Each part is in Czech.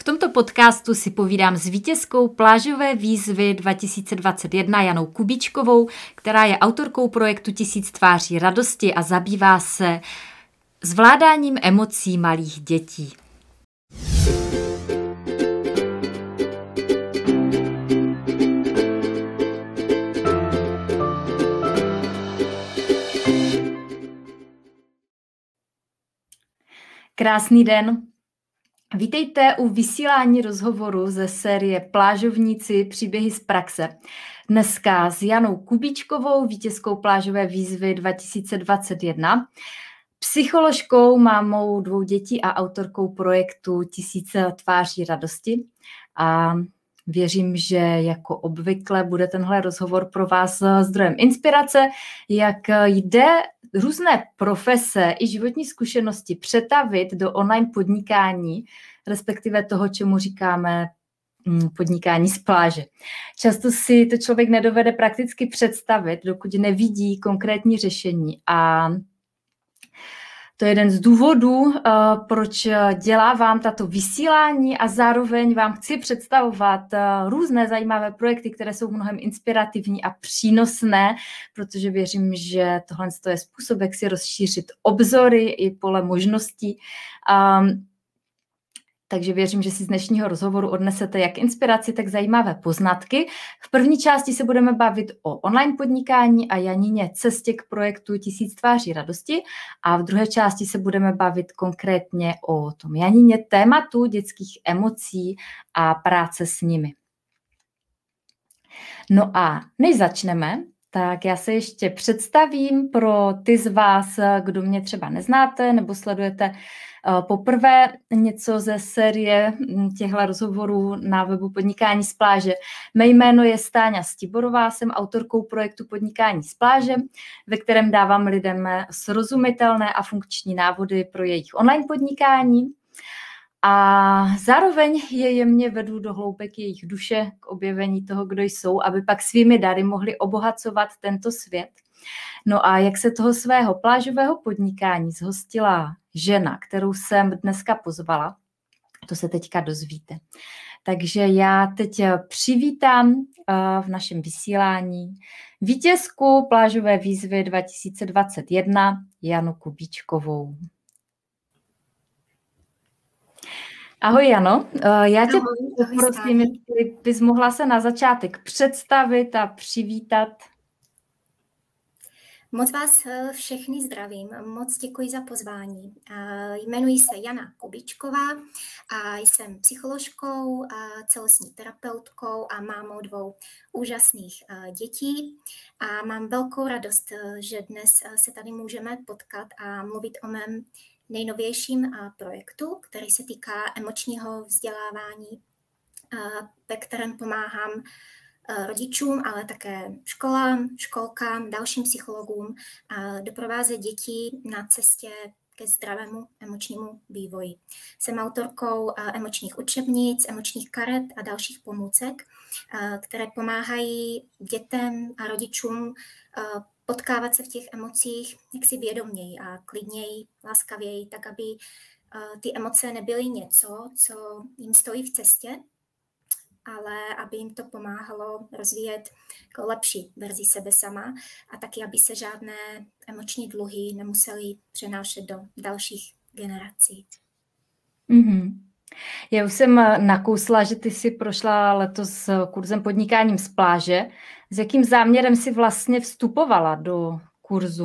V tomto podcastu si povídám s vítězkou plážové výzvy 2021 Janou Kubíčkovou, která je autorkou projektu 1000 tváří radosti a zabývá se zvládáním emocí malých dětí. Krásný den. Vítejte u vysílání rozhovoru ze série Plážovníci příběhy z praxe. Dneska s Janou Kubíčkovou, vítězkou plážové výzvy 2021, psycholožkou, mámou 2 dětí a autorkou projektu 1000 tváří radosti. A věřím, že jako obvykle bude tenhle rozhovor pro vás zdrojem inspirace, jak jde různé profese i životní zkušenosti přetavit do online podnikání, respektive toho, čemu říkáme podnikání z pláže. Často si to člověk nedovede prakticky představit, dokud nevidí konkrétní řešení. A to je jeden z důvodů, proč dělávám tato vysílání a zároveň vám chci představovat různé zajímavé projekty, které jsou mnohem inspirativní a přínosné, protože věřím, že tohle je způsob, jak si rozšířit obzory i pole možností. Takže věřím, že si z dnešního rozhovoru odnesete jak inspiraci, tak zajímavé poznatky. V první části se budeme bavit o online podnikání a Janině cestě k projektu 1000 tváří radosti a v druhé části se budeme bavit konkrétně o tom Janině tématu dětských emocí a práce s nimi. No a než začneme, tak já se ještě představím pro ty z vás, kdo mě třeba neznáte nebo sledujete poprvé něco ze série těchto rozhovorů na webu Podnikání z pláže. Mé jméno je Stáňa Stiborová, jsem autorkou projektu Podnikání z pláže, ve kterém dávám lidem srozumitelné a funkční návody pro jejich online podnikání. A zároveň je jemně vedu do hloubek jejich duše k objevení toho, kdo jsou, aby pak svými dary mohli obohacovat tento svět. No a jak se toho svého plážového podnikání zhostila žena, kterou jsem dneska pozvala, to se teďka dozvíte. Takže já teď přivítám v našem vysílání vítězku plážové výzvy 2021 Janu Kubíčkovou. Ahoj Jano, já tě prosím, jestli bys mohla se na začátek představit a přivítat. Moc vás všechny zdravím, moc děkuji za pozvání. Jmenuji se Jana Kubíčková a jsem psycholožkou, celostní terapeutkou a mámou 2 úžasných dětí. A mám velkou radost, že dnes se tady můžeme potkat a mluvit o mém nejnovějším projektu, který se týká emočního vzdělávání, ve kterém pomáhám rodičům, ale také školám, školkám, dalším psychologům doprovázet děti na cestě ke zdravému emočnímu vývoji. Jsem autorkou emočních učebnic, emočních karet a dalších pomůcek, které pomáhají dětem a rodičům potkávat se v těch emocích jaksi vědoměji a klidněji, láskavěji, tak aby ty emoce nebyly něco, co jim stojí v cestě, ale aby jim to pomáhalo rozvíjet jako lepší verzi sebe sama a taky, aby se žádné emoční dluhy nemusely přenášet do dalších generací. Mm-hmm. Já už jsem nakousla, že ty jsi prošla letos kurzem Podnikáním z pláže. S jakým záměrem jsi vlastně vstupovala do kurzu?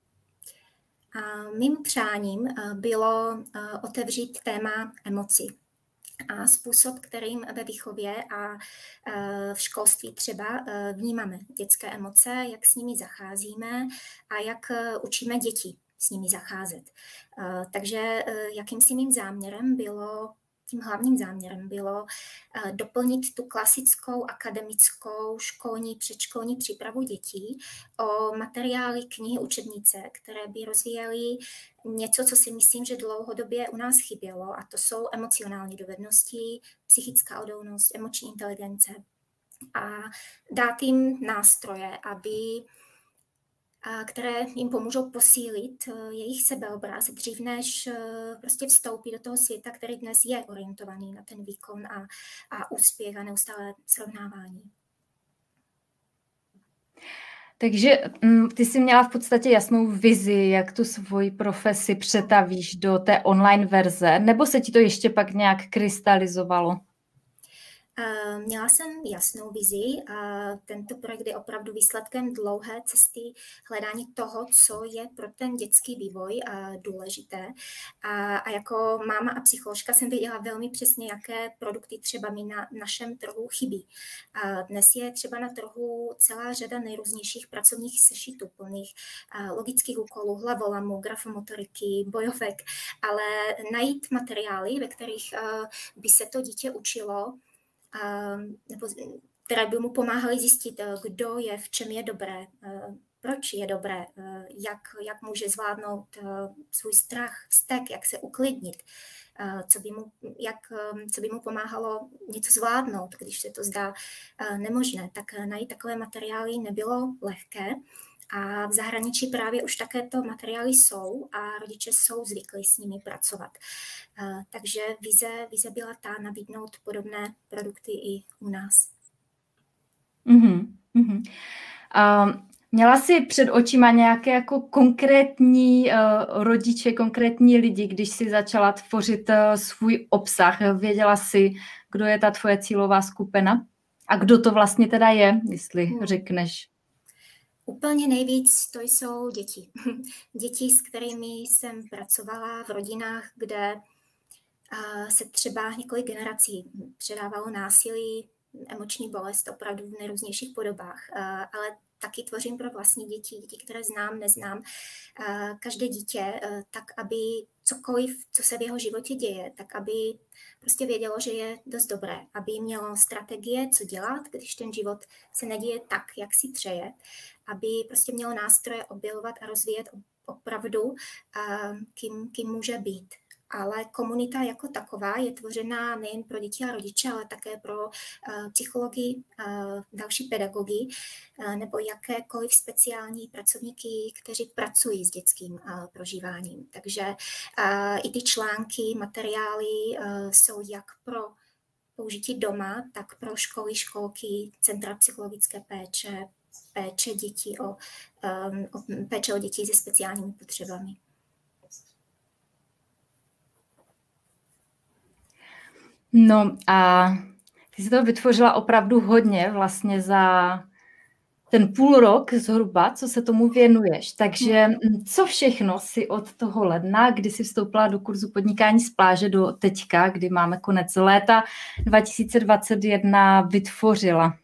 Mým přáním bylo otevřít téma emocí. A způsob, kterým ve výchově a v školství třeba vnímáme dětské emoce, jak s nimi zacházíme a jak učíme děti s nimi zacházet. Takže jakýmsi mým záměrem bylo, tím hlavním záměrem bylo doplnit tu klasickou akademickou školní, předškolní přípravu dětí o materiály, knihy, učebnice, které by rozvíjely něco, co si myslím, že dlouhodobě u nás chybělo, a to jsou emocionální dovednosti, psychická odolnost, emoční inteligence a dát jim nástroje, aby které jim pomůžou posílit jejich sebeobraz dřív, než prostě vstoupí do toho světa, který dnes je orientovaný na ten výkon a úspěch a neustále srovnávání. Takže ty jsi měla v podstatě jasnou vizi, jak tu svoji profesi přetavíš do té online verze, nebo se ti to ještě pak nějak krystalizovalo? Měla jsem jasnou vizi a tento projekt je opravdu výsledkem dlouhé cesty hledání toho, co je pro ten dětský vývoj důležité. A jako máma a psycholožka jsem věděla velmi přesně, jaké produkty třeba mi na našem trhu chybí. A dnes je třeba na trhu celá řada nejrůznějších pracovních sešitů plných logických úkolů, hlavolamů, grafomotoriky, bojovek, ale najít materiály, ve kterých by se to dítě učilo, nebo které by mu pomáhaly zjistit, kdo je, v čem je dobré, proč je dobré, jak může zvládnout svůj strach, vztek, jak se uklidnit, co by mu pomáhalo něco zvládnout, když se to zdá nemožné. Tak najít takové materiály nebylo lehké. A v zahraničí právě už takéto materiály jsou a rodiče jsou zvyklí s nimi pracovat. Takže vize byla ta nabídnout podobné produkty i u nás. Měla jsi před očima nějaké jako konkrétní rodiče, konkrétní lidi, když jsi začala tvořit svůj obsah? Věděla jsi, kdo je ta tvoje cílová skupina? A kdo to vlastně teda je, jestli řekneš? Úplně nejvíc to jsou děti. Děti, s kterými jsem pracovala v rodinách, kde se třeba několik generací předávalo násilí, emoční bolest opravdu v nejrůznějších podobách, ale taky tvořím pro vlastní děti, které znám, neznám. Každé dítě, tak aby cokoliv, co se v jeho životě děje, tak aby prostě vědělo, že je dost dobré, aby mělo strategie, co dělat, když ten život se neděje tak, jak si přeje, aby prostě mělo nástroje objevovat a rozvíjet opravdu, kým může být. Ale komunita jako taková je tvořená nejen pro děti a rodiče, ale také pro psychology, další pedagogy nebo jakékoliv speciální pracovníky, kteří pracují s dětským prožíváním. Takže i ty články, materiály jsou jak pro použití doma, tak pro školy, školky, centra psychologické péče, péče o děti se speciálními potřebami. No a ty jsi to vytvořila opravdu hodně vlastně za ten půl rok zhruba, co se tomu věnuješ. Takže co všechno si od toho ledna, kdy jsi vstoupila do kurzu podnikání z pláže do teďka, kdy máme konec léta 2021, vytvořila?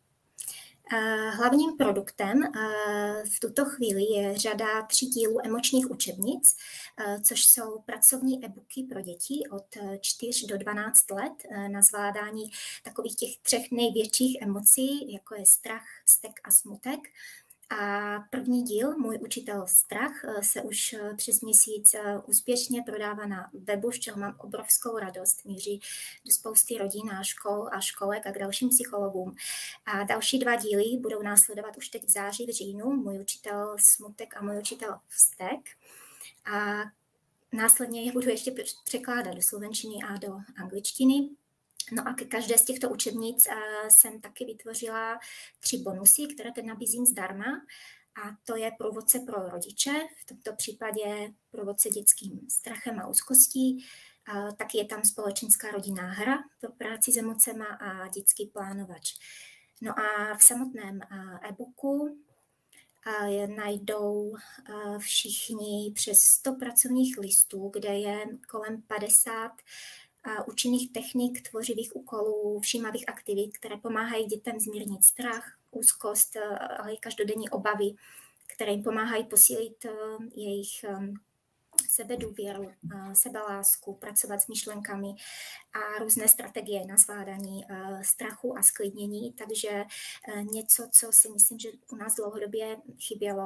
Hlavním produktem v tuto chvíli je řada 3 dílů emočních učebnic, což jsou pracovní e-booky pro děti od 4 do 12 let na zvládání takových těch 3 největších emocí, jako je strach, vztek a smutek. A první díl, Můj učitel strach, se už přes měsíc úspěšně prodává na webu, z čeho mám obrovskou radost. Míří do spousty rodin a škol a školek a k dalším psychologům. A další 2 díly budou následovat už teď v září, v říjnu, Můj učitel smutek a Můj učitel vztek. A následně je budu ještě překládat do slovenštiny a do angličtiny. No a ke každé z těchto učebnic jsem taky vytvořila 3 bonusy, které teď nabízím zdarma. A to je průvodce pro rodiče, v tomto případě průvodce dětským strachem a úzkostí. Taky je tam společenská rodinná hra pro práci s emocema a dětský plánovač. No a v samotném e-booku najdou všichni přes 100 pracovních listů, kde je kolem 50 účinných technik, tvořivých úkolů, všímavých aktivit, které pomáhají dětem zmírnit strach, úzkost, ale i každodenní obavy, které jim pomáhají posílit jejich sebedůvěru, sebelásku, pracovat s myšlenkami a různé strategie na zvládání strachu a sklidnění. Takže něco, co si myslím, že u nás dlouhodobě chybělo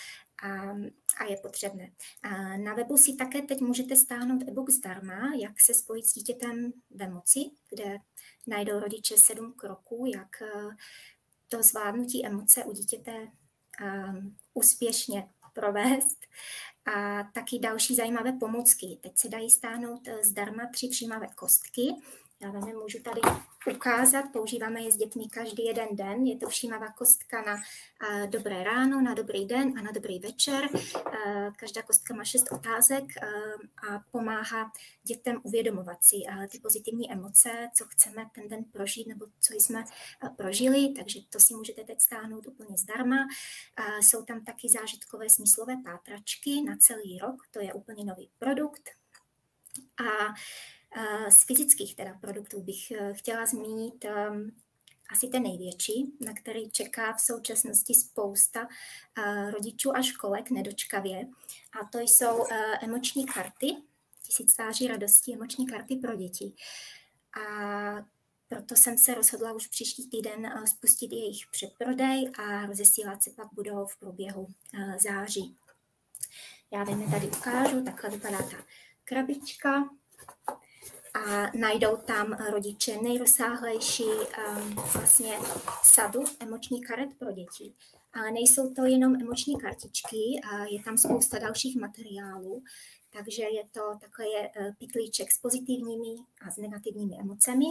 a je potřebné. Na webu si také teď můžete stáhnout e-book zdarma, jak se spojit s dítětem v emoci, kde najdou rodiče 7 kroků, jak to zvládnutí emoce u dítěte úspěšně provést. A taky další zajímavé pomůcky. Teď se dají stáhnout zdarma 3 všímavé kostky. Já vám je můžu tady ukázat, používáme je s dětmi každý jeden den. Je to všímavá kostka na dobré ráno, na dobrý den a na dobrý večer. Každá kostka má 6 otázek a pomáhá dětem uvědomovat si ty pozitivní emoce, co chceme ten den prožít nebo co jsme prožili, takže to si můžete teď stáhnout úplně zdarma. Jsou tam taky zážitkové smyslové pátračky na celý rok, to je úplně nový produkt. A z fyzických teda produktů bych chtěla zmínit asi ten největší, na který čeká v současnosti spousta rodičů a školek nedočkavě. A to jsou emoční karty, 1000 tváří radosti, emoční karty pro děti. A proto jsem se rozhodla už příští týden spustit jejich předprodej a rozesílat se pak budou v průběhu září. Já vám je tady ukážu, takhle vypadá ta krabička. A najdou tam rodiče nejrozsáhlejší vlastně sadu emočních karet pro děti. Ale nejsou to jenom emoční kartičky, je tam spousta dalších materiálů, takže je to takový pytlíček s pozitivními a s negativními emocemi.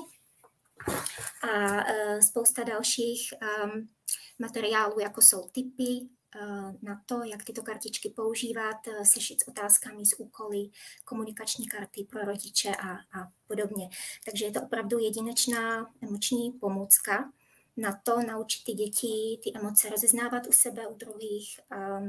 A spousta dalších materiálů, jako jsou tipy na to, jak tyto kartičky používat, sešit s otázkami, s úkoly, komunikační karty pro rodiče a podobně. Takže je to opravdu jedinečná emoční pomůcka na to naučit ty děti ty emoce rozeznávat u sebe, u druhých,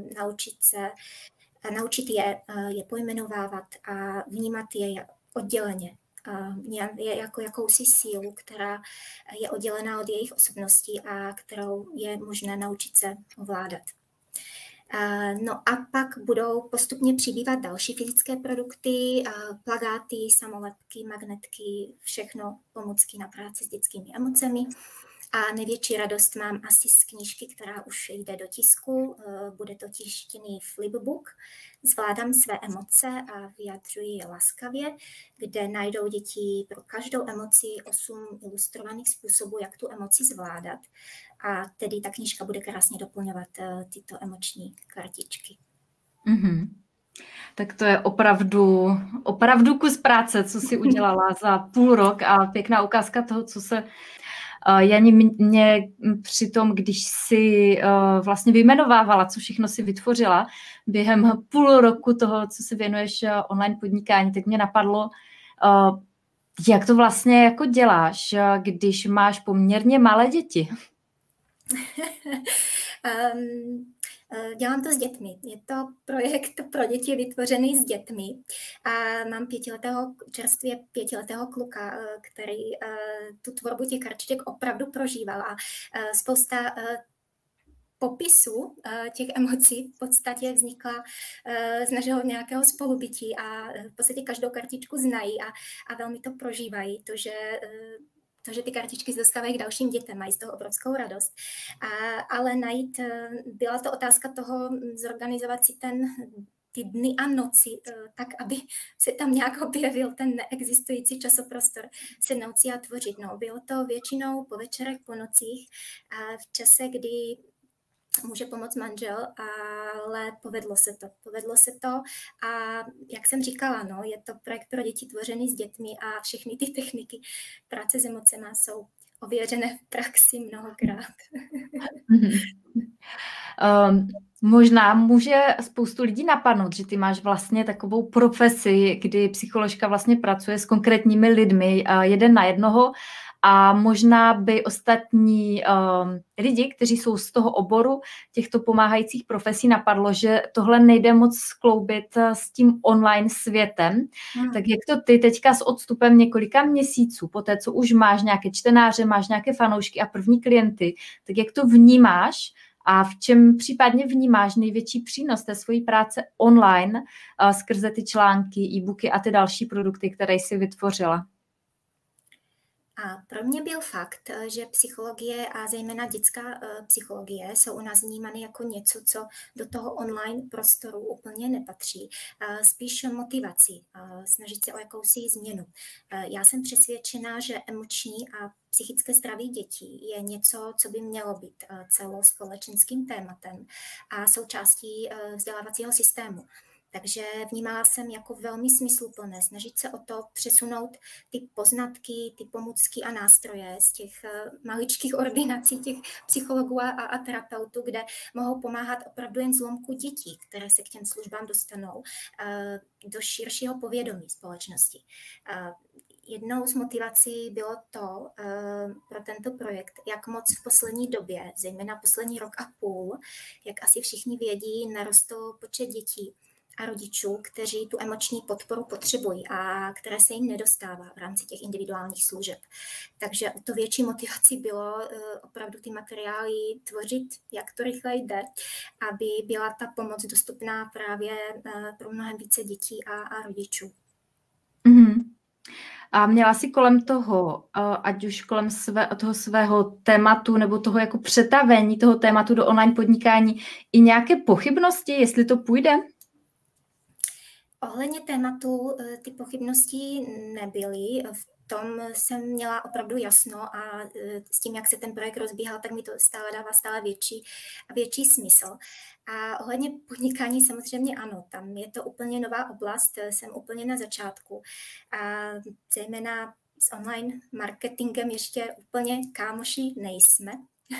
naučit je pojmenovávat a vnímat je odděleně. Je jako jakousi sílu, která je oddělená od jejich osobností a kterou je možné naučit se ovládat. No a pak budou postupně přibývat další fyzické produkty, plakáty, samolepky, magnetky, všechno pomůcky na práci s dětskými emocemi. A největší radost mám asi z knížky, která už jde do tisku, bude to tištěný flipbook. Zvládám své emoce a vyjadřuji je laskavě, kde najdou děti pro každou emoci 8 ilustrovaných způsobů, jak tu emoci zvládat. A tedy ta knížka bude krásně doplňovat tyto emoční kartičky. Mm-hmm. Tak to je opravdu kus práce, co jsi udělala za půl rok a pěkná ukázka toho, co se Jani mě při tom, když si vlastně vyjmenovávala, co všechno si vytvořila během půl roku toho, co se věnuješ online podnikání, tak mě napadlo, jak to vlastně jako děláš, když máš poměrně malé děti. Dělám to s dětmi. Je to projekt pro děti vytvořený s dětmi. A mám čerstvě pětiletého kluka, který tu tvorbu těch kartiček opravdu prožíval. A spousta popisu těch emocí v podstatě vznikla z našeho nějakého spolubytí a v podstatě každou kartičku znají a velmi to prožívají. To, že ty kartičky dostávají k dalším dětem, mají z toho obrovskou radost. Ale byla to otázka toho zorganizovat si ty dny a noci, tak, aby se tam nějak objevil ten neexistující časoprostor, sednout si a tvořit. No, bylo to většinou po večerech, po nocích, v čase, kdy může pomoct manžel, ale povedlo se to a jak jsem říkala, no, je to projekt pro děti tvořený s dětmi a všechny ty techniky práce s emocemi jsou ověřené v praxi mnohokrát. Možná může spoustu lidí napadnout, že ty máš vlastně takovou profesi, kdy psycholožka vlastně pracuje s konkrétními lidmi, jeden na jednoho, a možná by ostatní lidi, kteří jsou z toho oboru těchto pomáhajících profesí, napadlo, že tohle nejde moc skloubit s tím online světem. Tak jak to ty teďka s odstupem několika měsíců, po té, co už máš nějaké čtenáře, máš nějaké fanoušky a první klienty, tak jak to vnímáš a v čem případně vnímáš největší přínos té svojí práce online skrze ty články, e-booky a ty další produkty, které jsi vytvořila? A pro mě byl fakt, že psychologie a zejména dětská psychologie jsou u nás vnímány jako něco, co do toho online prostoru úplně nepatří. Spíš motivací, snažit se o jakousi změnu. Já jsem přesvědčená, že emoční a psychické zdraví dětí je něco, co by mělo být celospolečenským tématem a součástí vzdělávacího systému. Takže vnímala jsem jako velmi smysluplné snažit se o to přesunout ty poznatky, ty pomůcky a nástroje z těch maličkých ordinací těch psychologů a terapeutů, kde mohou pomáhat opravdu jen zlomku dětí, které se k těm službám dostanou, do širšího povědomí společnosti. Jednou z motivací bylo to pro tento projekt, jak moc v poslední době, zejména poslední rok a půl, jak asi všichni vědí, narostl počet dětí a rodičů, kteří tu emoční podporu potřebují a které se jim nedostává v rámci těch individuálních služeb. Takže o to větší motivací bylo opravdu ty materiály tvořit, jak to rychle jde, aby byla ta pomoc dostupná právě pro mnohem více dětí a rodičů. Mm-hmm. A měla jsi kolem toho, ať už kolem toho svého tématu nebo toho jako přetavení toho tématu do online podnikání i nějaké pochybnosti, jestli to půjde? Ohledně tématu ty pochybnosti nebyly. V tom jsem měla opravdu jasno a s tím, jak se ten projekt rozbíhal, tak mi to stále dává stále větší a větší smysl. A ohledně podnikání samozřejmě ano, tam je to úplně nová oblast, jsem úplně na začátku. A zejména s online marketingem ještě úplně kámoši nejsme.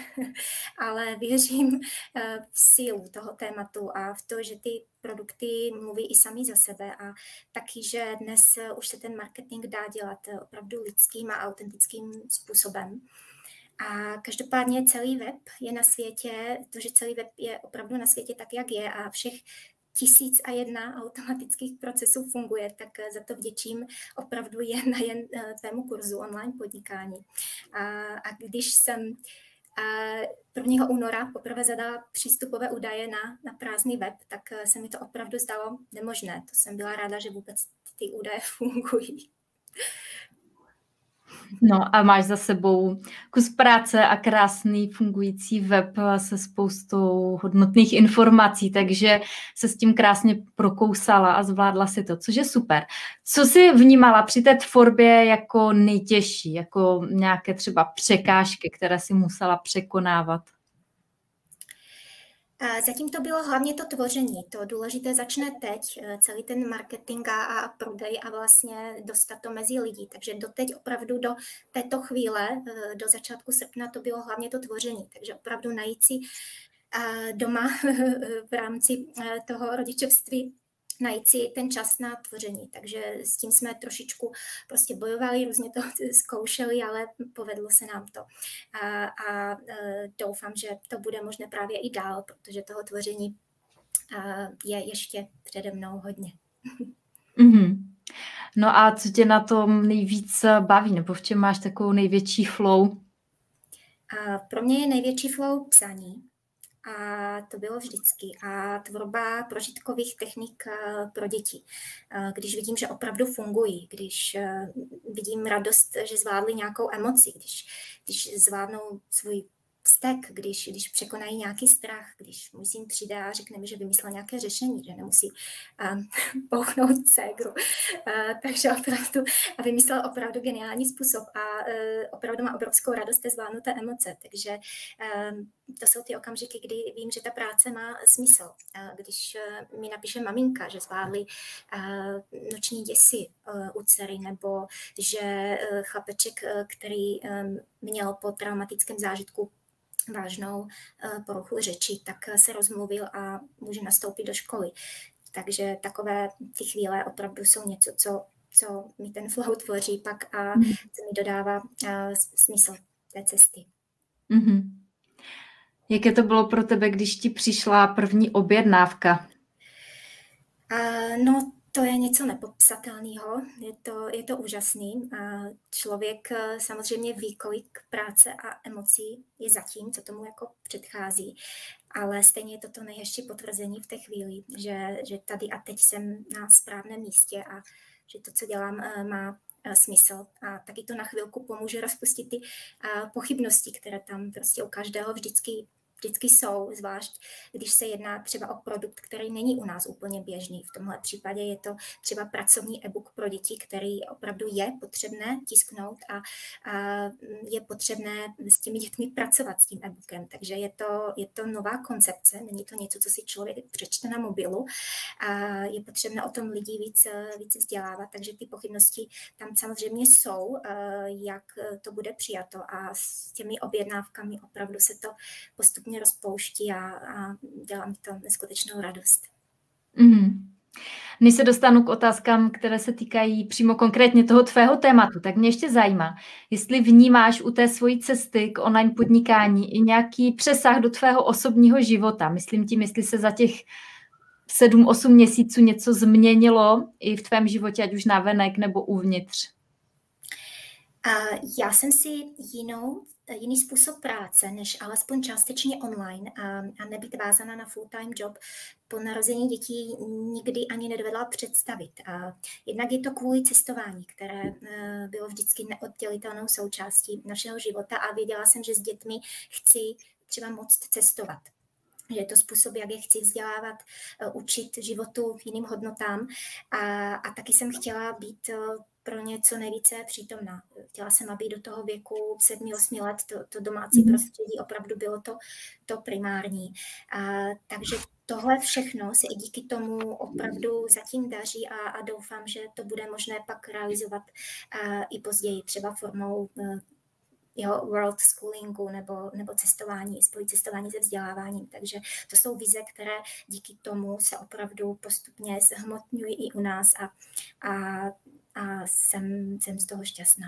Ale věřím v sílu toho tématu a v to, že ty produkty mluví i sami za sebe a taky, že dnes už se ten marketing dá dělat opravdu lidským a autentickým způsobem. A každopádně celý web je na světě, to, že celý web je opravdu na světě tak, jak je a všech 1001 automatických procesů funguje, tak za to vděčím opravdu jen tvému kurzu online podnikání. A když jsem 1. února poprvé zadala přístupové údaje na prázdný web, tak se mi to opravdu zdalo nemožné. To jsem byla ráda, že vůbec ty údaje fungují. No a máš za sebou kus práce a krásný fungující web se spoustou hodnotných informací, takže se s tím krásně prokousala a zvládla si to, což je super. Co jsi vnímala při té tvorbě jako nejtěžší, jako nějaké třeba překážky, které si musela překonávat? Zatím to bylo hlavně to tvoření. To důležité začne teď, celý ten marketing a prodej a vlastně dostat to mezi lidi. Takže doteď opravdu do této chvíle, do začátku srpna, to bylo hlavně to tvoření. Takže opravdu najít si doma v rámci toho rodičovství najít si ten čas na tvoření. Takže s tím jsme trošičku prostě bojovali, různě to zkoušeli, ale povedlo se nám to. A doufám, že to bude možné právě i dál, protože toho tvoření je ještě přede mnou hodně. Mm-hmm. No a co tě na tom nejvíc baví, nebo v čem máš takovou největší flow? Pro mě je největší flow psaní. A to bylo vždycky. A tvorba prožitkových technik pro děti. Když vidím, že opravdu fungují, když vidím radost, že zvládli nějakou emoci, když zvládnou svůj vztek, když překonají nějaký strach, když můj syn přijde a řekne mi, že vymyslel nějaké řešení, že nemusí bouchnout ségru. Takže opravdu vymyslel opravdu geniální způsob a opravdu má obrovskou radost té zvládnuté emoce. Takže to jsou ty okamžiky, kdy vím, že ta práce má smysl. Když mi napíše maminka, že zvládli noční děsi u dcery, nebo že chlapeček, který měl po traumatickém zážitku vážnou poruchu řeči, tak se rozmluvil a může nastoupit do školy. Takže takové ty chvíle opravdu jsou něco, co mi ten flow tvoří pak a co mi dodává smysl té cesty. Mm-hmm. Jaké to bylo pro tebe, když ti přišla první objednávka? No, to je něco nepopsatelného, je to úžasný. Člověk samozřejmě ví, kolik práce a emocí je zatím, co tomu jako předchází, ale stejně je to nejhezčí potvrzení v té chvíli, že tady a teď jsem na správném místě a že to, co dělám, má smysl a taky to na chvilku pomůže rozpustit ty pochybnosti, které tam prostě u každého vždycky jsou, zvlášť když se jedná třeba o produkt, který není u nás úplně běžný. V tomhle případě je to třeba pracovní e-book pro děti, který opravdu je potřebné tisknout a je potřebné s těmi dětmi pracovat s tím e-bookem. Takže je to nová koncepce, není to něco, co si člověk přečte na mobilu a je potřebné o tom lidi víc vzdělávat, takže ty pochybnosti tam samozřejmě jsou, jak to bude přijato a s těmi objednávkami opravdu se to postupně rozpouští a dělá mi to neskutečnou radost. Než se dostanu k otázkám, které se týkají přímo konkrétně toho tvého tématu, tak mě ještě zajímá, jestli vnímáš u té svojí cesty k online podnikání i nějaký přesah do tvého osobního života. Myslím tím, jestli se za těch 7-8 měsíců něco změnilo i v tvém životě, ať už navenek nebo uvnitř. Já jsem si jiný způsob práce, než alespoň částečně online a nebýt vázaná na full-time job, po narození dětí nikdy ani nedovedla představit. Jednak je to kvůli cestování, které bylo vždycky neoddělitelnou součástí našeho života a věděla jsem, že s dětmi chci třeba moc cestovat. Že je to způsob, jak je chci vzdělávat, učit životu, jiným hodnotám a taky jsem chtěla být pro ně co nejvíce přítomná. Chtěla jsem, aby do toho věku 7-8 let to domácí prostředí opravdu bylo to primární. Takže tohle všechno se i díky tomu opravdu zatím daří a doufám, že to bude možné pak realizovat i později, třeba formou world schoolingu nebo cestování, spojit cestování se vzděláváním. Takže to jsou vize, které díky tomu se opravdu postupně zhmotňují i u nás a jsem z toho šťastná.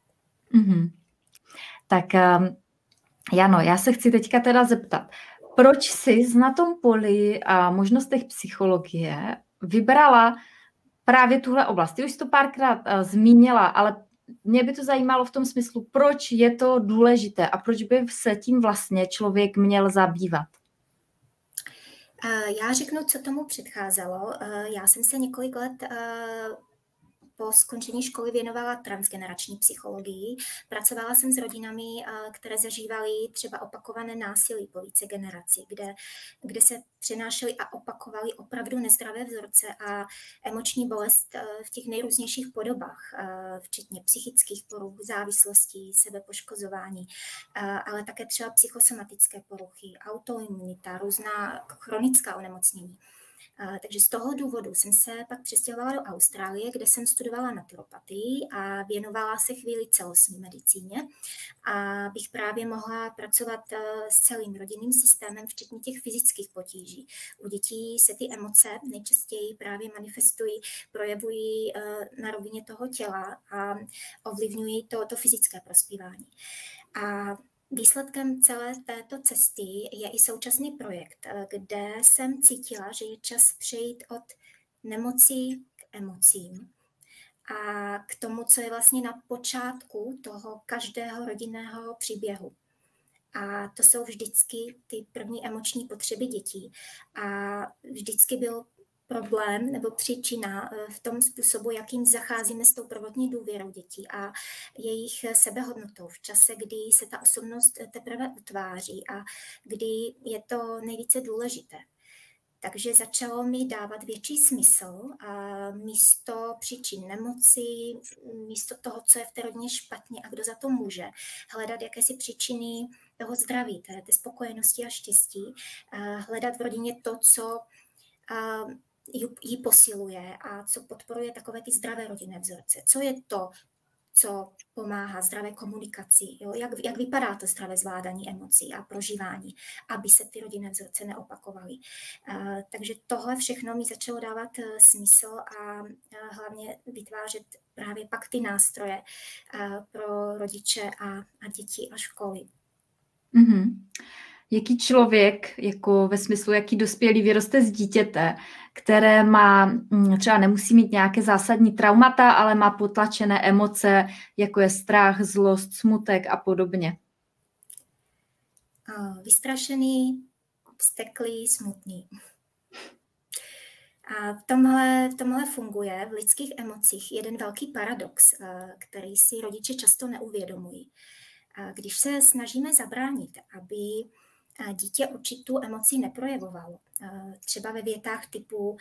Tak Jano, já se chci teďka teda zeptat, proč jsi na tom poli a možnostech psychologie vybrala právě tuhle oblast? Ty už jsi to párkrát zmínila, ale mě by to zajímalo v tom smyslu, proč je to důležité a proč by se tím vlastně člověk měl zabývat? Já řeknu, co tomu předcházelo. Já jsem se několik let po skončení školy věnovala transgenerační psychologii. Pracovala jsem s rodinami, které zažívaly třeba opakované násilí po více generací, kde se přenášely a opakovaly opravdu nezdravé vzorce a emoční bolest v těch nejrůznějších podobách, včetně psychických poruch, závislostí, sebepoškozování, ale také třeba psychosomatické poruchy, autoimunita, různá chronická onemocnění. Takže z toho důvodu jsem se pak přestěhovala do Austrálie, kde jsem studovala naturopatii a věnovala se chvíli celostní medicíně, abych právě mohla pracovat s celým rodinným systémem, včetně těch fyzických potíží. U dětí se ty emoce nejčastěji právě manifestují, projevují na rovině toho těla a ovlivňují to fyzické prospívání. A výsledkem celé této cesty je i současný projekt, kde jsem cítila, že je čas přejít od nemocí k emocím a k tomu, co je vlastně na počátku toho každého rodinného příběhu. A to jsou vždycky ty první emoční potřeby dětí. A vždycky byl problém nebo příčina v tom způsobu, jakým zacházíme s tou prvotní důvěrou dětí a jejich sebehodnotou v čase, kdy se ta osobnost teprve utváří a kdy je to nejvíce důležité. Takže začalo mi dávat větší smysl a místo příčin nemoci, místo toho, co je v té rodině špatně a kdo za to může, hledat jakési příčiny toho zdraví, té spokojenosti a štěstí, hledat v rodině to, co ji posiluje a co podporuje takové ty zdravé rodinné vzorce. Co je to, co pomáhá zdravé komunikaci, jo? Jak vypadá to zdravé zvládání emocí a prožívání, aby se ty rodinné vzorce neopakovaly. Takže tohle všechno mi začalo dávat smysl a hlavně vytvářet právě pak ty nástroje pro rodiče a děti a školy. Jaký člověk, jako ve smyslu, jaký dospělý vyroste z dítěte, které má, třeba nemusí mít nějaké zásadní traumata, ale má potlačené emoce, jako je strach, zlost, smutek a podobně? Vystrašený, vzteklý, smutný. A v tomhle funguje v lidských emocích jeden velký paradox, který si rodiče často neuvědomují. Když se snažíme zabránit, aby dítě určitou emoci neprojevovalo, třeba ve větách typu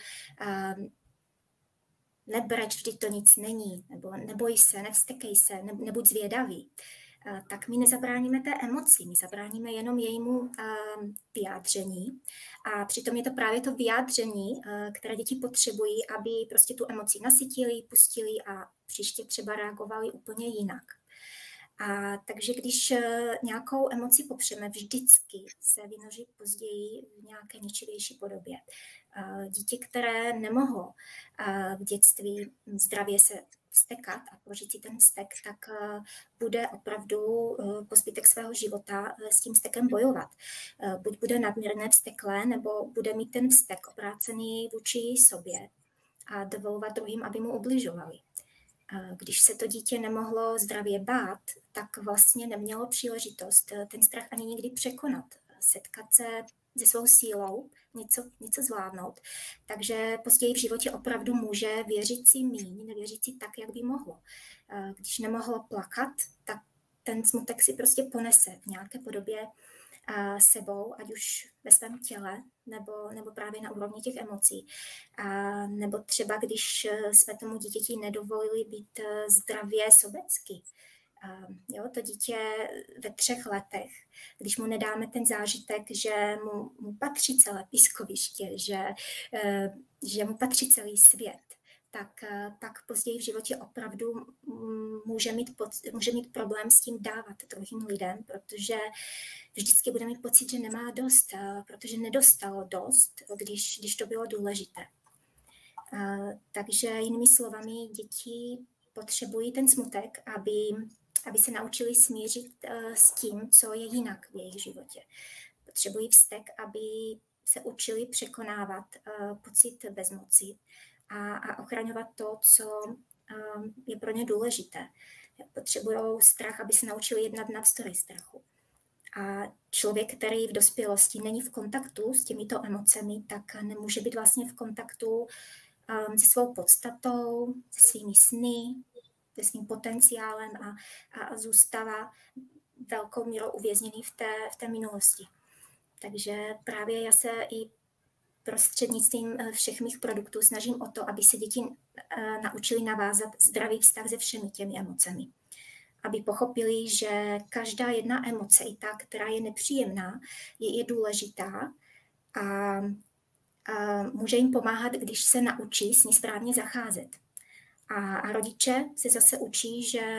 nebreč, vždyť to nic není, nebo neboj se, nevstekej se, nebuď zvědavý, tak my nezabráníme té emoci, my zabráníme jenom jejímu vyjádření. A přitom je to právě to vyjádření, které děti potřebují, aby prostě tu emoci nasytili, pustili a příště třeba reagovali úplně jinak. Takže když nějakou emoci popřeme, vždycky se vynoří později v nějaké ničivější podobě. Dítě, které nemohlo v dětství zdravě se vztekat a prožít si ten vztek, tak bude opravdu po zbytek svého života s tím vztekem bojovat. Buď bude nadměrné vzteklé, nebo bude mít ten vztek obrácený vůči sobě a dovolovat druhým, aby mu ubližovali. Když se to dítě nemohlo zdravě bát, tak vlastně nemělo příležitost ten strach ani nikdy překonat, setkat se se svou sílou, něco zvládnout. Takže později v životě opravdu může věřit si míň, nevěřit si tak, jak by mohlo. Když nemohlo plakat, tak ten smutek si prostě ponese v nějaké podobě sebou, ať už ve svém těle, nebo právě na úrovni těch emocí. Nebo třeba, když jsme tomu dítěti nedovolili být zdravě sobecky. To dítě ve 3 letech, když mu nedáme ten zážitek, že mu patří celé pískoviště, že mu patří celý svět, tak pak později v životě opravdu může mít problém s tím dávat druhým lidem, protože vždycky bude mít pocit, že nemá dost, protože nedostalo dost, když to bylo důležité. Takže jinými slovami, děti potřebují ten smutek, aby se naučili smířit s tím, co je jinak v jejich životě. Potřebují vztek, aby se učili překonávat pocit bezmoci a ochraňovat to, co je pro ně důležité. Potřebují strach, aby se naučili jednat navzdory strachu. A člověk, který v dospělosti není v kontaktu s těmito emocemi, tak nemůže být vlastně v kontaktu se svou podstatou, se svými sny, se svým potenciálem a zůstává velkou mírou uvězněný v té minulosti. Takže právě já se i prostřednictvím všech mých produktů snažím o to, aby se děti naučili navázat zdravý vztah se všemi těmi emocemi. Aby pochopili, že každá jedna emoce, i ta, která je nepříjemná, je důležitá a může jim pomáhat, když se naučí s ní správně zacházet. A rodiče se zase učí, že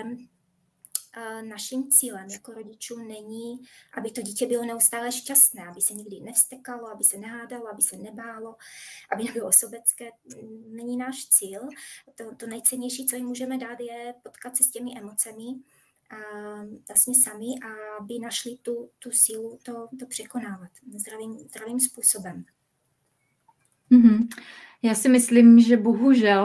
naším cílem jako rodičů není, aby to dítě bylo neustále šťastné, aby se nikdy nevstekalo, aby se nehádalo, aby se nebálo, aby nebylo sobecké. Není náš cíl. To nejcennější, co jim můžeme dát, je potkat se s těmi emocemi vlastně sami, aby našli tu sílu to překonávat zdravým způsobem. Mm-hmm. Já si myslím, že bohužel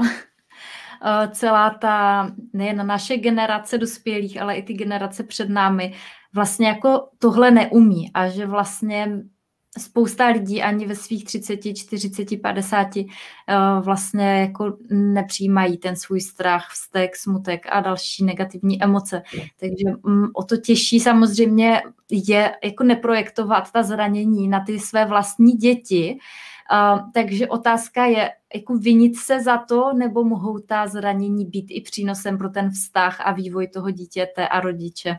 celá ta, nejen naše generace dospělých, ale i ty generace před námi vlastně jako tohle neumí a že vlastně spousta lidí ani ve svých 30, 40, 50 vlastně jako nepřijímají ten svůj strach, vztek, smutek a další negativní emoce. Takže o to těžší samozřejmě je jako neprojektovat ta zranění na ty své vlastní děti. Takže otázka je, jako vinit se za to, nebo mohou ta zranění být i přínosem pro ten vztah a vývoj toho dítěte a rodiče?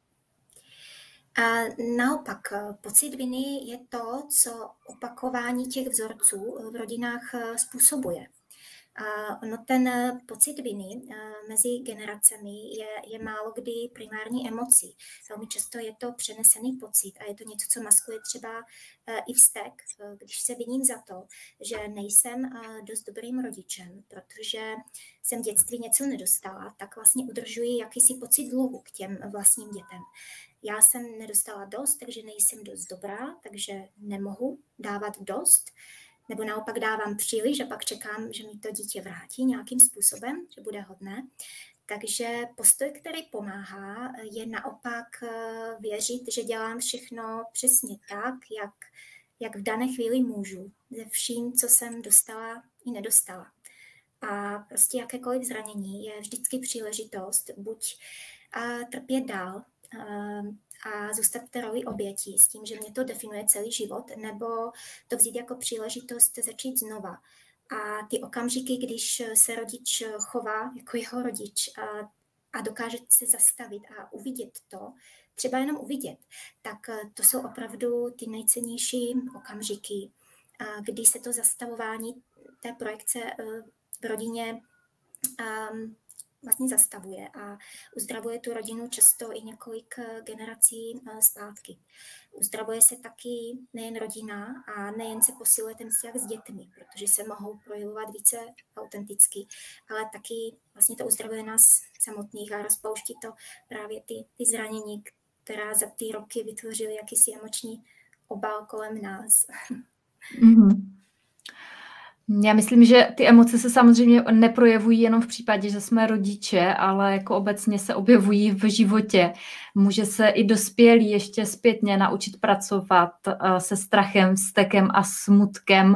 A naopak, pocit viny je to, co opakování těch vzorců v rodinách způsobuje. Ten pocit viny mezi generacemi je málo kdy primární emocí. Velmi často je to přenesený pocit a je to něco, co maskuje třeba i vztek. Když se viním za to, že nejsem dost dobrým rodičem, protože jsem v dětství něco nedostala, tak vlastně udržuji jakýsi pocit dluhu k těm vlastním dětem. Já jsem nedostala dost, takže nejsem dost dobrá, takže nemohu dávat dost, nebo naopak dávám příliš a pak čekám, že mi to dítě vrátí nějakým způsobem, že bude hodné. Takže postoj, který pomáhá, je naopak věřit, že dělám všechno přesně tak, jak v dané chvíli můžu, ze vším, co jsem dostala i nedostala. A prostě jakékoliv zranění je vždycky příležitost buď trpět dál a zůstat v té roli oběti s tím, že mě to definuje celý život, nebo to vzít jako příležitost začít znova. A ty okamžiky, když se rodič chová jako jeho rodič a dokáže se zastavit a uvidět to, třeba jenom uvidět, tak to jsou opravdu ty nejcennější okamžiky, kdy se to zastavování té projekce v rodině vlastně zastavuje a uzdravuje tu rodinu často i několik generací zpátky. Uzdravuje se taky nejen rodina a nejen se posiluje ten vztah s dětmi, protože se mohou projevovat více autenticky, ale taky vlastně to uzdravuje nás samotných a rozpouští to právě ty zranění, která za ty roky vytvořily jakýsi emoční obal kolem nás. Mm-hmm. Já myslím, že ty emoce se samozřejmě neprojevují jenom v případě, že jsme rodiče, ale jako obecně se objevují v životě. Může se i dospělý ještě zpětně naučit pracovat se strachem, vztekem a smutkem.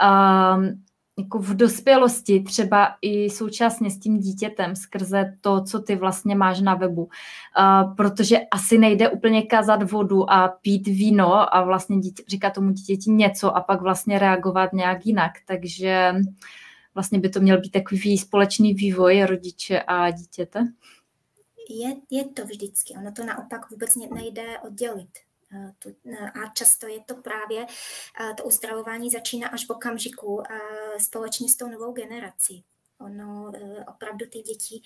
Jako v dospělosti, třeba i současně s tím dítětem skrze to, co ty vlastně máš na webu. Protože asi nejde úplně kazat vodu a pít víno a vlastně říkat tomu dítěti něco a pak vlastně reagovat nějak jinak. Takže vlastně by to měl být takový společný vývoj rodiče a dítěte. Je to vždycky. Ono to naopak vůbec nejde oddělit. A často je to právě, to uzdravování začíná až v okamžiku společně s tou novou generací. Ono opravdu ty děti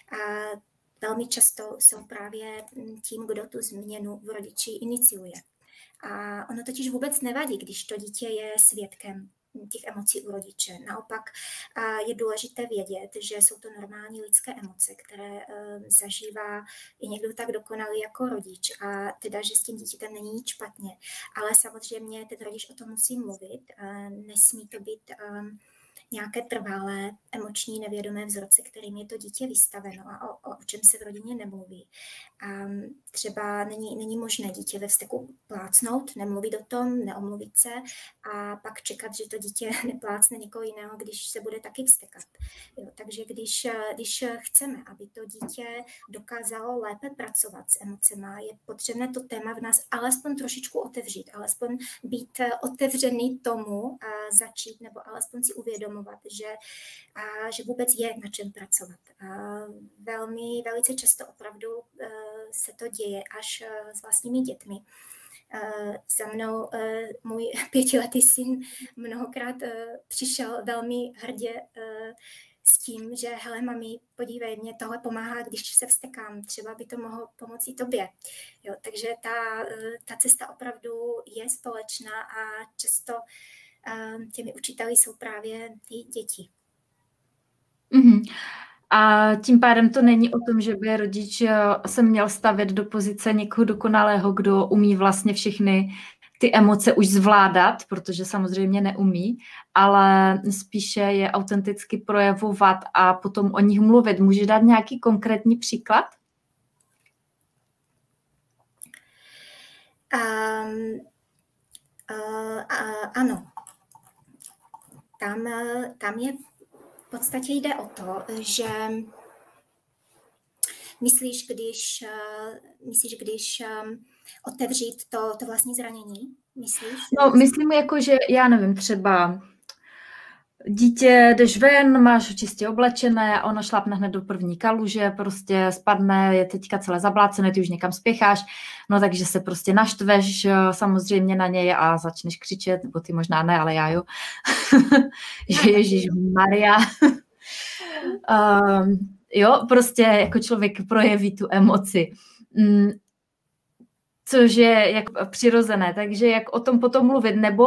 velmi často jsou právě tím, kdo tu změnu v rodiči iniciuje. A ono totiž vůbec nevadí, když to dítě je svědkem těch emocí u rodiče. Naopak je důležité vědět, že jsou to normální lidské emoce, které zažívá i někdo tak dokonalý jako rodič a teda, že s tím dítětem není nic špatně. Ale samozřejmě ten rodič o tom musí mluvit, nesmí to být nějaké trvalé emoční nevědomé vzorce, kterým je to dítě vystaveno a o čem se v rodině nemluví. A třeba není možné dítě ve vzteku plácnout, nemluvit o tom, neomluvit se a pak čekat, že to dítě neplácne někoho jiného, když se bude taky vztekat. Jo, takže když chceme, aby to dítě dokázalo lépe pracovat s emocema, je potřebné to téma v nás alespoň trošičku otevřít, alespoň být otevřený tomu a začít nebo alespoň si uvědomovat, že vůbec je na čem pracovat. Velice často opravdu se to děje až s vlastními dětmi. Za mnou můj 5letý syn mnohokrát přišel velmi hrdě s tím, že hele mami, podívej, mě tohle pomáhá, když se vztekám, třeba by to mohlo pomoci tobě. Jo, takže ta cesta opravdu je společná a často těmi učiteli jsou právě ty děti. Mm-hmm. A tím pádem to není o tom, že by rodič se měl stavět do pozice někoho dokonalého, kdo umí vlastně všechny ty emoce už zvládat, protože samozřejmě neumí, ale spíše je autenticky projevovat a potom o nich mluvit. Můžeš dát nějaký konkrétní příklad? Ano. Tam je v podstatě jde o to, že myslíš, když otevřít to vlastní zranění? Myslíš? No, myslím jako, že já nevím, třeba dítě, jdeš ven, máš ho čistě oblečené a ono šlápne hned do první kaluže, prostě spadne, je teďka celé zablácené, ty už někam spěcháš, no takže se prostě naštveš samozřejmě na něj a začneš křičet, nebo ty možná ne, ale já jo, že Ježišmarja. Jo, prostě jako člověk projeví tu emoci. Což je jak přirozené, takže jak o tom potom mluvit, nebo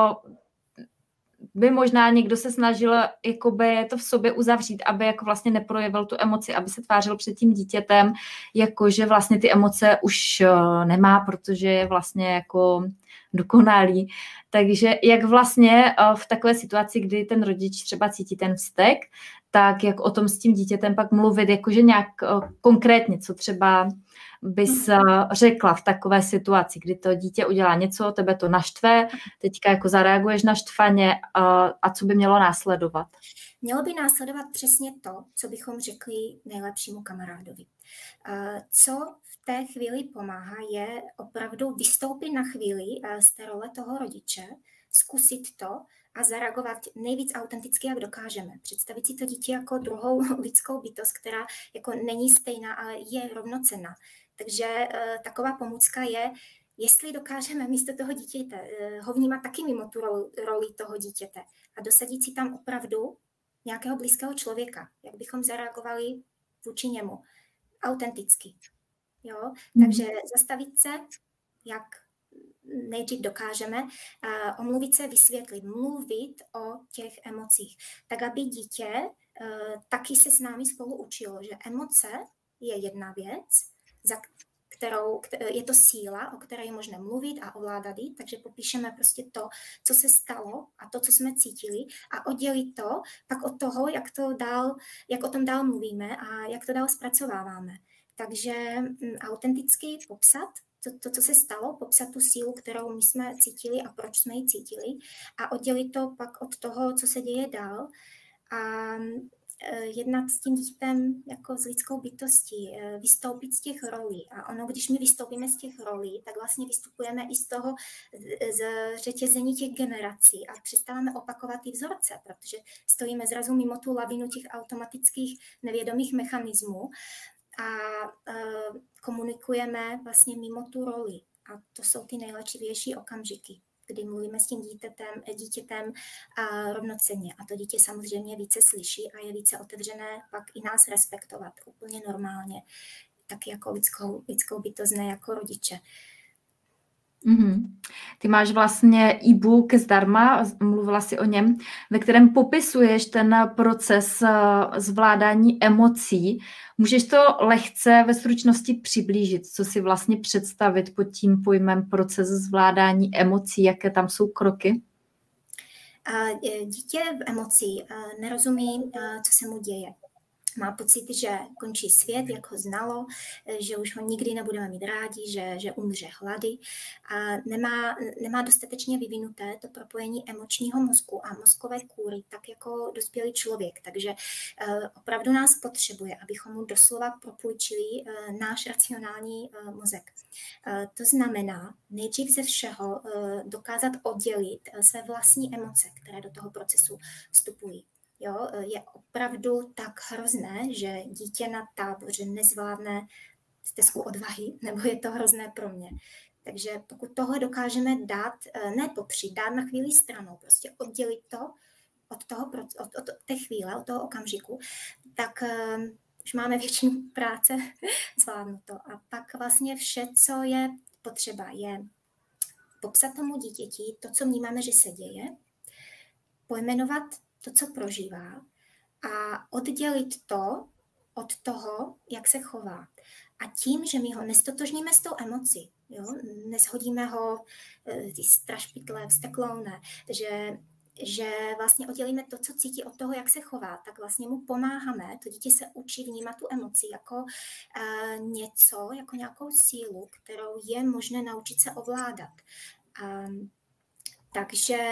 by možná někdo se snažil jakoby to v sobě uzavřít, aby jako vlastně neprojevil tu emoci, aby se tvářil před tím dítětem, jako že vlastně ty emoce už nemá, protože je vlastně jako dokonalý. Takže jak vlastně v takové situaci, kdy ten rodič třeba cítí ten vztek, tak jak o tom s tím dítětem pak mluvit, jakože nějak konkrétně, co třeba bys řekla v takové situaci, kdy to dítě udělá něco, tebe to naštve, teďka jako zareaguješ naštvaně a co by mělo následovat? Mělo by následovat přesně to, co bychom řekli nejlepšímu kamarádovi. Co v té chvíli pomáhá, je opravdu vystoupit na chvíli z té role toho rodiče, zkusit to a zareagovat nejvíc autenticky, jak dokážeme. Představit si to dítě jako druhou lidskou bytost, která jako není stejná, ale je rovnocenná. Takže taková pomůcka je, jestli dokážeme místo toho dítěte ho vnímat taky mimo tu roli toho dítěte a dosadit si tam opravdu nějakého blízkého člověka, jak bychom zareagovali vůči němu. Autenticky. Jo? Takže zastavit se, jak nejdřív dokážeme, omluvit se, vysvětlit, mluvit o těch emocích, tak aby dítě taky se s námi spolu učilo, že emoce je jedna věc, za kterou je to síla, o které je možné mluvit a ovládat ji, takže popíšeme prostě to, co se stalo a to, co jsme cítili a oddělit to pak od toho, jak o tom dál mluvíme a jak to dál zpracováváme. Takže autenticky popsat to, co se stalo, popsat tu sílu, kterou my jsme cítili a proč jsme ji cítili a oddělit to pak od toho, co se děje dál a jednat s tím dítem jako s lidskou bytostí, vystoupit z těch rolí. A ono, když my vystoupíme z těch rolí, tak vlastně vystupujeme i z toho z řetězení těch generací a přestáváme opakovat ty vzorce, protože stojíme zrazu mimo tu lavinu těch automatických nevědomých mechanismů a komunikujeme vlastně mimo tu roli. A to jsou ty nejléčivější okamžiky, kdy mluvíme s tím dítětem rovnocenně. A to dítě samozřejmě více slyší a je více otevřené pak i nás respektovat úplně normálně, tak jako lidskou bytost, ne jako rodiče. Ty máš vlastně e-book zdarma, mluvila jsi o něm, ve kterém popisuješ ten proces zvládání emocí. Můžeš to lehce ve stručnosti přiblížit, co si vlastně představit pod tím pojmem proces zvládání emocí, jaké tam jsou kroky? Dítě v emocí nerozumí, co se mu děje. Má pocit, že končí svět, jak ho znalo, že už ho nikdy nebudeme mít rádi, že umře hlady a nemá dostatečně vyvinuté to propojení emočního mozku a mozkové kůry, tak jako dospělý člověk. Takže opravdu nás potřebuje, abychom mu doslova propůjčili náš racionální mozek. To znamená nejdřív ze všeho dokázat oddělit své vlastní emoce, které do toho procesu vstupují. Jo, je opravdu tak hrozné, že dítě na táboře nezvládne stezku odvahy, nebo je to hrozné pro mě. Takže pokud tohle dokážeme dát, ne popřít, dát na chvíli stranou, prostě oddělit to od té chvíle, od toho okamžiku, tak už máme většinu práce zvládnuto. A pak vlastně vše, co je potřeba, je popsat tomu dítěti to, co vnímáme, že se děje, pojmenovat to, co prožívá a oddělit to od toho, jak se chová. A tím, že my ho nestotožníme s tou emocí, jo, neshodíme ho ty strašpitle, vzteklouné, že vlastně oddělíme to, co cítí od toho, jak se chová, tak vlastně mu pomáháme, to dítě se učí vnímat tu emoci jako něco, jako nějakou sílu, kterou je možné naučit se ovládat. Takže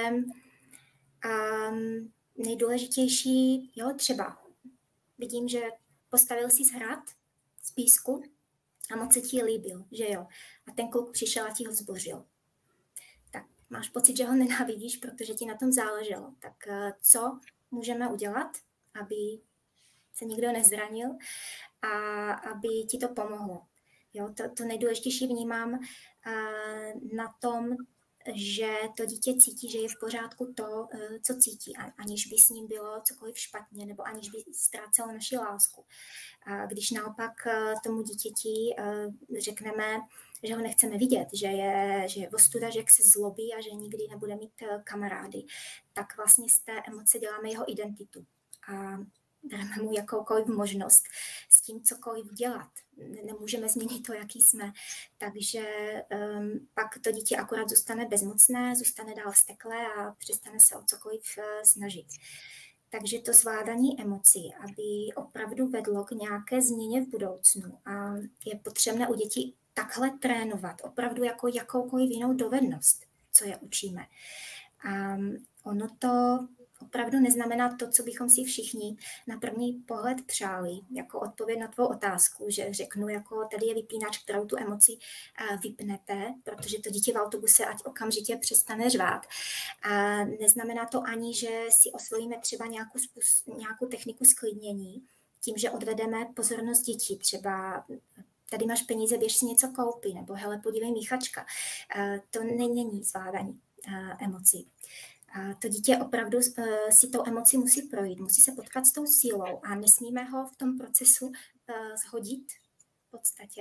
nejdůležitější, jo, třeba vidím, že postavil si hrad z písku a moc se ti líbil, že jo. A ten kluk přišel a ti ho zbořil. Tak máš pocit, že ho nenávidíš, protože ti na tom záleželo. Tak co můžeme udělat, aby se nikdo nezranil a aby ti to pomohlo. Jo, to nejdůležitější vnímám na tom, že to dítě cítí, že je v pořádku to, co cítí, aniž by s ním bylo cokoliv špatně, nebo aniž by ztrácelo naši lásku. A když naopak tomu dítěti řekneme, že ho nechceme vidět, že je ostuda, že se zlobí a že nikdy nebude mít kamarády, tak vlastně z té emoce děláme jeho identitu. A dáme mu jakoukoliv možnost s tím cokoliv dělat. Nemůžeme změnit to, jaký jsme. Takže pak to dítě akorát zůstane bezmocné, zůstane dál vzteklé a přestane se o cokoliv snažit. Takže to zvládání emocí, aby opravdu vedlo k nějaké změně v budoucnu. A je potřebné u dětí takhle trénovat, opravdu jako jakoukoliv jinou dovednost, co je učíme. A ono to opravdu neznamená to, co bychom si všichni na první pohled přáli, jako odpověď na tvou otázku, že řeknu, jako tady je vypínač, kterou tu emoci vypnete, protože to dítě v autobuse ať okamžitě přestane řvát. A neznamená to ani, že si osvojíme třeba nějakou techniku sklidnění, tím, že odvedeme pozornost dětí, třeba tady máš peníze, běž si něco koupit, nebo hele, podívej, míchačka. To není zvládání emocí. A to dítě opravdu si tou emocí musí projít, musí se potkat s tou sílou a nesmíme ho v tom procesu shodit v podstatě.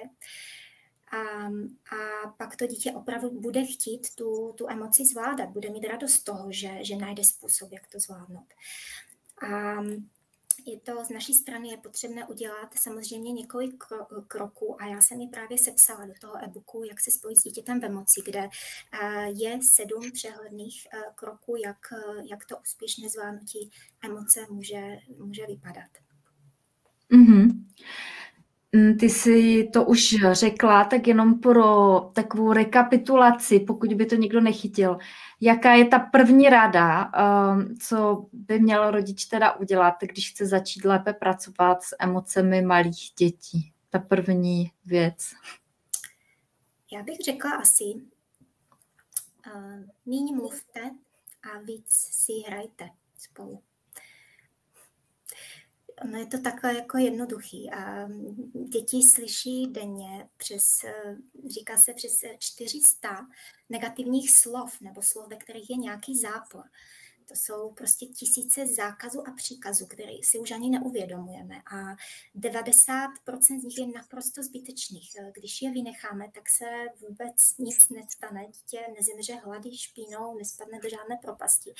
A pak to dítě opravdu bude chtít tu emoci zvládat, bude mít radost z toho, že najde způsob, jak to zvládnout. A je to z naší strany je potřebné udělat samozřejmě několik kroků a já jsem ji právě sepsala do toho e-booku, jak se spojit s dítětem v emoci, kde je 7 přehledných kroků, jak to úspěšné zvládnutí emoce může vypadat. Mm-hmm. Ty jsi to už řekla, tak jenom pro takovou rekapitulaci, pokud by to někdo nechytil. Jaká je ta první rada, co by měl rodič teda udělat, když chce začít lépe pracovat s emocemi malých dětí? Ta první věc. Já bych řekla asi, míň mluvte a víc si hrajte spolu. No je to takhle jako jednoduchý. A děti slyší denně říká se přes 400 negativních slov nebo slov, ve kterých je nějaký zápor. To jsou prostě tisíce zákazů a příkazů, které si už ani neuvědomujeme. A 90% z nich je naprosto zbytečných. Když je vynecháme, tak se vůbec nic nestane. Dítě nezemře hlady, špínou, nespadne do žádné propasti.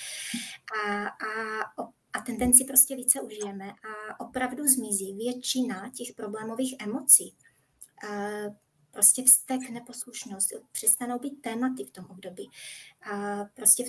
A ten si prostě více užijeme a opravdu zmizí většina těch problémových emocí. Prostě vztek, neposlušnost, přestanou být tématy v tom období. Prostě v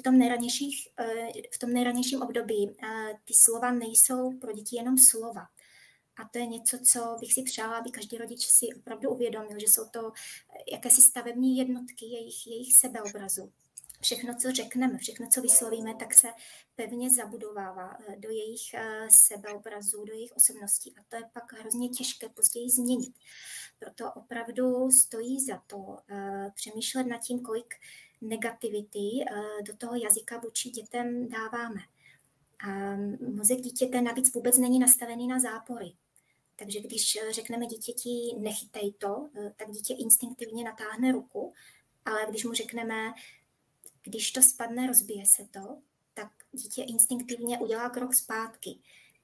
tom nejranějším období ty slova nejsou pro děti jenom slova. A to je něco, co bych si přála, aby každý rodič si opravdu uvědomil, že jsou to jakési stavební jednotky jejich sebeobrazu. Všechno, co řekneme, všechno, co vyslovíme, tak se pevně zabudovává do jejich sebeobrazu, do jejich osobností. A to je pak hrozně těžké později změnit. Proto opravdu stojí za to přemýšlet nad tím, kolik negativity do toho jazyka vůči dětem dáváme. A mozek dítěte navíc vůbec není nastavený na zápory. Takže když řekneme dítěti nechytej to, tak dítě instinktivně natáhne ruku, ale když mu řekneme když to spadne, rozbije se to, tak dítě instinktivně udělá krok zpátky.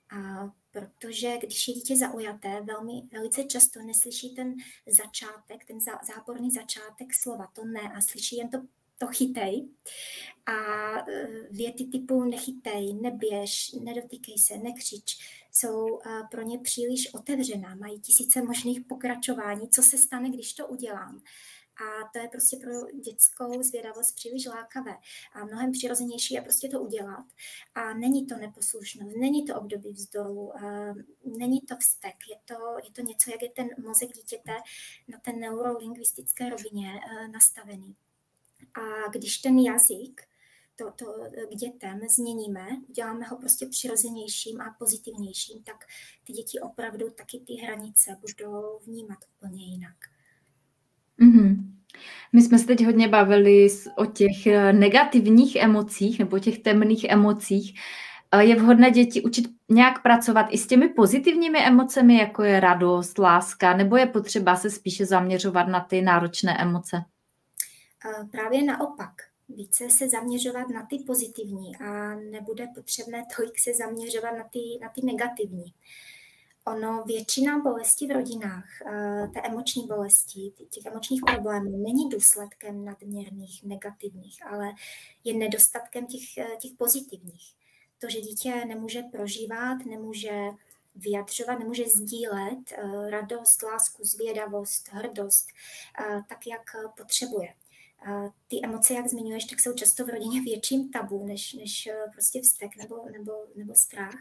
Protože když je dítě zaujaté, velice často neslyší ten začátek, ten záporný začátek slova, to ne, a slyší jen to chytej. A věty typu nechytej, neběž, nedotýkej se, nekřič, jsou pro ně příliš otevřená, mají tisíce možných pokračování, co se stane, když to udělám. A to je prostě pro dětskou zvědavost příliš lákavé. A mnohem přirozenější je prostě to udělat. A není to neposlušnost, není to období vzdoru, není to vztek. Je to něco, jak je ten mozek dítěte na té neurolingvistické rovině nastavený. A když ten jazyk to k dětem změníme, uděláme ho prostě přirozenějším a pozitivnějším, tak ty děti opravdu taky ty hranice budou vnímat úplně jinak. Mm-hmm. My jsme se teď hodně bavili o těch negativních emocích nebo těch temných emocích. Je vhodné děti učit nějak pracovat i s těmi pozitivními emocemi, jako je radost, láska, nebo je potřeba se spíše zaměřovat na ty náročné emoce? Právě naopak. Více se zaměřovat na ty pozitivní a nebude potřebné tolik se zaměřovat na ty negativní. Většina bolesti v rodinách, té emoční bolesti, těch emočních problémů není důsledkem nadměrných negativních, ale je nedostatkem těch pozitivních. To, že dítě nemůže prožívat, nemůže vyjadřovat, nemůže sdílet radost, lásku, zvědavost, hrdost, tak, jak potřebuje. Ty emoce, jak zmiňuješ, tak jsou často v rodině větším tabu, než prostě vztek nebo strach.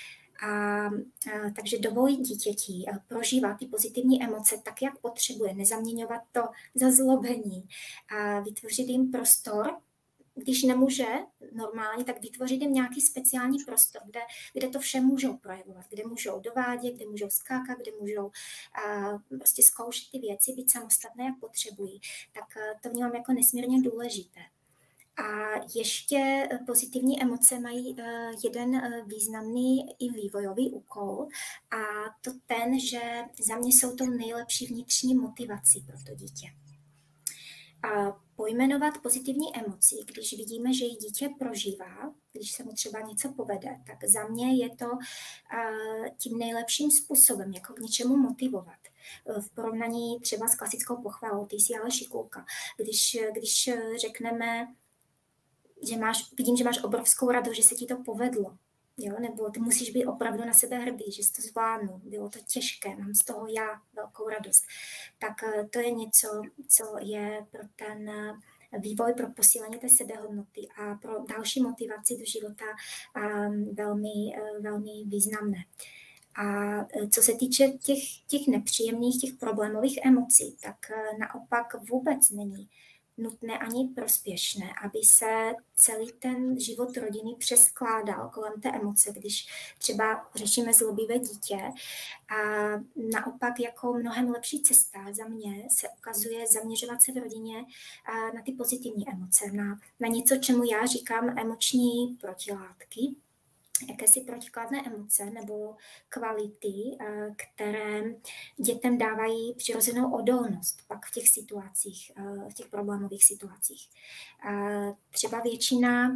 Takže dovolit dítěti prožívat ty pozitivní emoce tak, jak potřebuje, nezaměňovat to za zlobení a vytvořit jim prostor, když nemůže normálně, tak vytvořit jim nějaký speciální prostor, kde to vše můžou projevovat, kde můžou dovádět, kde můžou skákat, kde můžou prostě zkoušet ty věci, být samostatné, jak potřebují. Tak to vnímám jako nesmírně důležité. A ještě pozitivní emoce mají jeden významný i vývojový úkol, a to ten, že za mě jsou to nejlepší vnitřní motivací pro to dítě. A pojmenovat pozitivní emoci, když vidíme, že ji dítě prožívá, když se mu třeba něco povede, tak za mě je to tím nejlepším způsobem, jako k něčemu motivovat. V porovnaní třeba s klasickou pochvalou, ty jsi ale šikulka. Když řekneme, vidím, že máš obrovskou radost, že se ti to povedlo, jo? Nebo ty musíš být opravdu na sebe hrdý, že jsi to zvládnu, bylo to těžké, mám z toho já velkou radost. Tak to je něco, co je pro ten vývoj, pro posílení té sebehodnoty a pro další motivaci do života velmi, velmi významné. A co se týče těch nepříjemných, těch problémových emocí, tak naopak vůbec není nutné ani prospěšné, aby se celý ten život rodiny přeskládal kolem té emoce, když třeba řešíme zlobivé dítě. A naopak jako mnohem lepší cesta za mě se ukazuje zaměřovat se v rodině na ty pozitivní emoce, na něco, čemu já říkám emoční protilátky, jakési protikladné emoce nebo kvality, které dětem dávají přirozenou odolnost pak v těch situacích, v těch problémových situacích. Třeba většina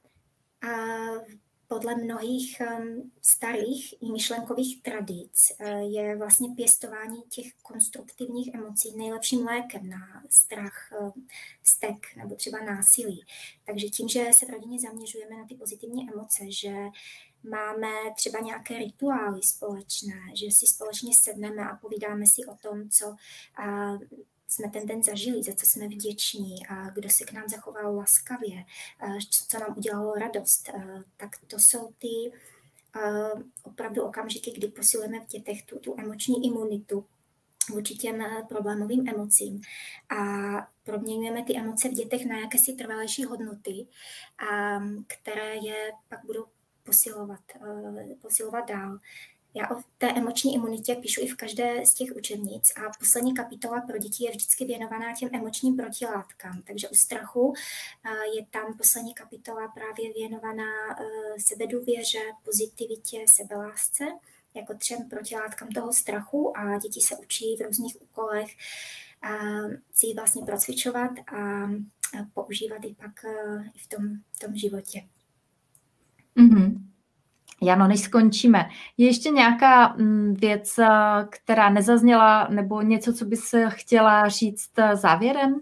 podle mnohých starých myšlenkových tradic je vlastně pěstování těch konstruktivních emocí nejlepším lékem na strach, vztek nebo třeba násilí. Takže tím, že se v rodině zaměřujeme na ty pozitivní emoce, že máme třeba nějaké rituály společné, že si společně sedneme a povídáme si o tom, co jsme ten den zažili, za co jsme vděční a kdo se k nám zachoval laskavě, co nám udělalo radost, tak to jsou ty opravdu okamžiky, kdy posilujeme v dětech tu emoční imunitu vůči těm problémovým emocím a proměňujeme ty emoce v dětech na jakési trvalejší hodnoty, které je pak budou posilovat dál. Já o té emoční imunitě píšu i v každé z těch učebnic a poslední kapitola pro děti je vždycky věnovaná těm emočním protilátkám. Takže u strachu je tam poslední kapitola právě věnovaná sebedůvěře, pozitivitě, sebelásce, jako 3 protilátkám toho strachu a děti se učí v různých úkolech si ji vlastně procvičovat a používat ji pak i v tom životě. Mm-hmm. Jano, než skončíme, je ještě nějaká věc, která nezazněla, nebo něco, co bys chtěla říct závěrem?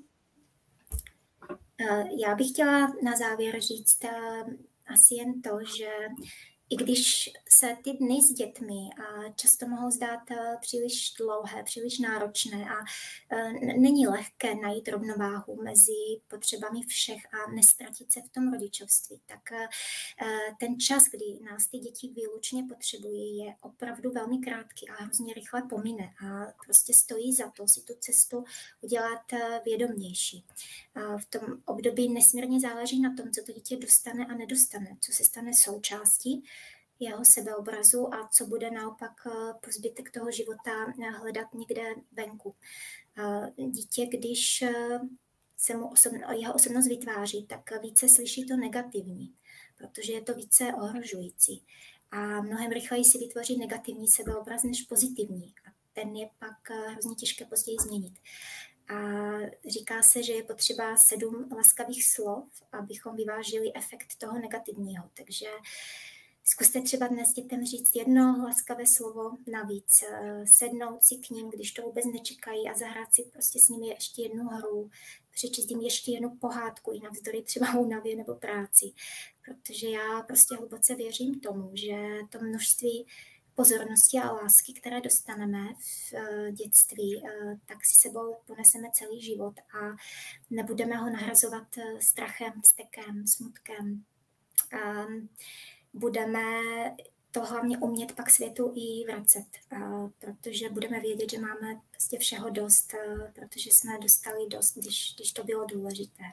Já bych chtěla na závěr říct asi jen to, že i když se ty dny s dětmi často mohou zdát příliš dlouhé, příliš náročné a není lehké najít rovnováhu mezi potřebami všech a nestratit se v tom rodičovství, tak ten čas, kdy nás ty děti výlučně potřebují, je opravdu velmi krátký a hrozně rychle pomine a prostě stojí za to si tu cestu udělat vědomější. V tom období nesmírně záleží na tom, co to dítě dostane a nedostane, co se stane součástí jeho sebeobrazu a co bude naopak po zbytek toho života hledat někde venku. Dítě, když se mu jeho osobnost vytváří, tak více slyší to negativní, protože je to více ohrožující. A mnohem rychleji si vytvoří negativní sebeobraz než pozitivní. A ten je pak hrozně těžké později změnit. A říká se, že je potřeba 7 laskavých slov, abychom vyvážili efekt toho negativního. Takže zkuste třeba dnes dětem říct 1 laskavé slovo navíc, sednout si k ním, když to vůbec nečekají a zahrát si prostě s nimi ještě 1 hru, přečíst jim ještě 1 pohádku i navzdory třeba únavě nebo práci. Protože já prostě hluboce věřím tomu, že to množství pozornosti a lásky, které dostaneme v dětství, tak si sebou poneseme celý život a nebudeme ho nahrazovat strachem, vztekem, smutkem. Budeme to hlavně umět pak světu i vracet, protože budeme vědět, že máme prostě všeho dost, protože jsme dostali dost, když to bylo důležité.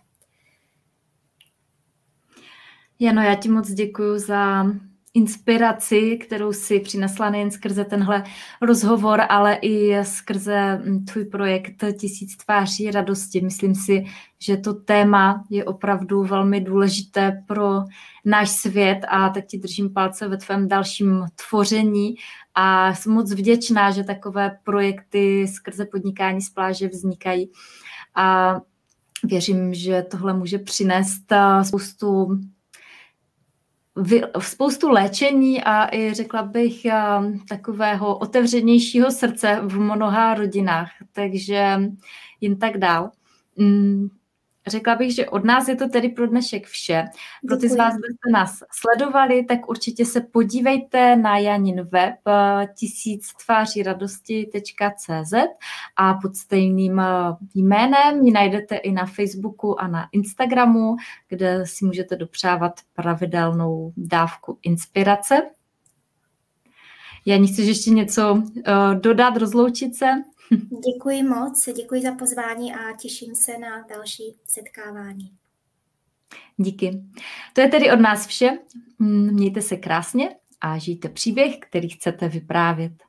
Jano, já ti moc děkuju za inspiraci, kterou si přinesla nejen skrze tenhle rozhovor, ale i skrze tvůj projekt 1000 tváří radosti. Myslím si, že to téma je opravdu velmi důležité pro náš svět a tak ti držím palce ve tvém dalším tvoření a jsem moc vděčná, že takové projekty skrze podnikání z pláže vznikají a věřím, že tohle může přinést spoustu léčení a i řekla bych takového otevřenějšího srdce v mnoha rodinách, takže jen tak dál. Řekla bych, že od nás je to tedy pro dnešek vše. Pro ty z vás, kdo jste nás sledovali, tak určitě se podívejte na Janin web 1000tvářiradosti.cz a pod stejným jménem ji najdete i na Facebooku a na Instagramu, kde si můžete dopřávat pravidelnou dávku inspirace. Jani, chceš ještě něco dodat, rozloučit se? Děkuji moc, děkuji za pozvání a těším se na další setkávání. Díky. To je tedy od nás vše. Mějte se krásně a žijte příběh, který chcete vyprávět.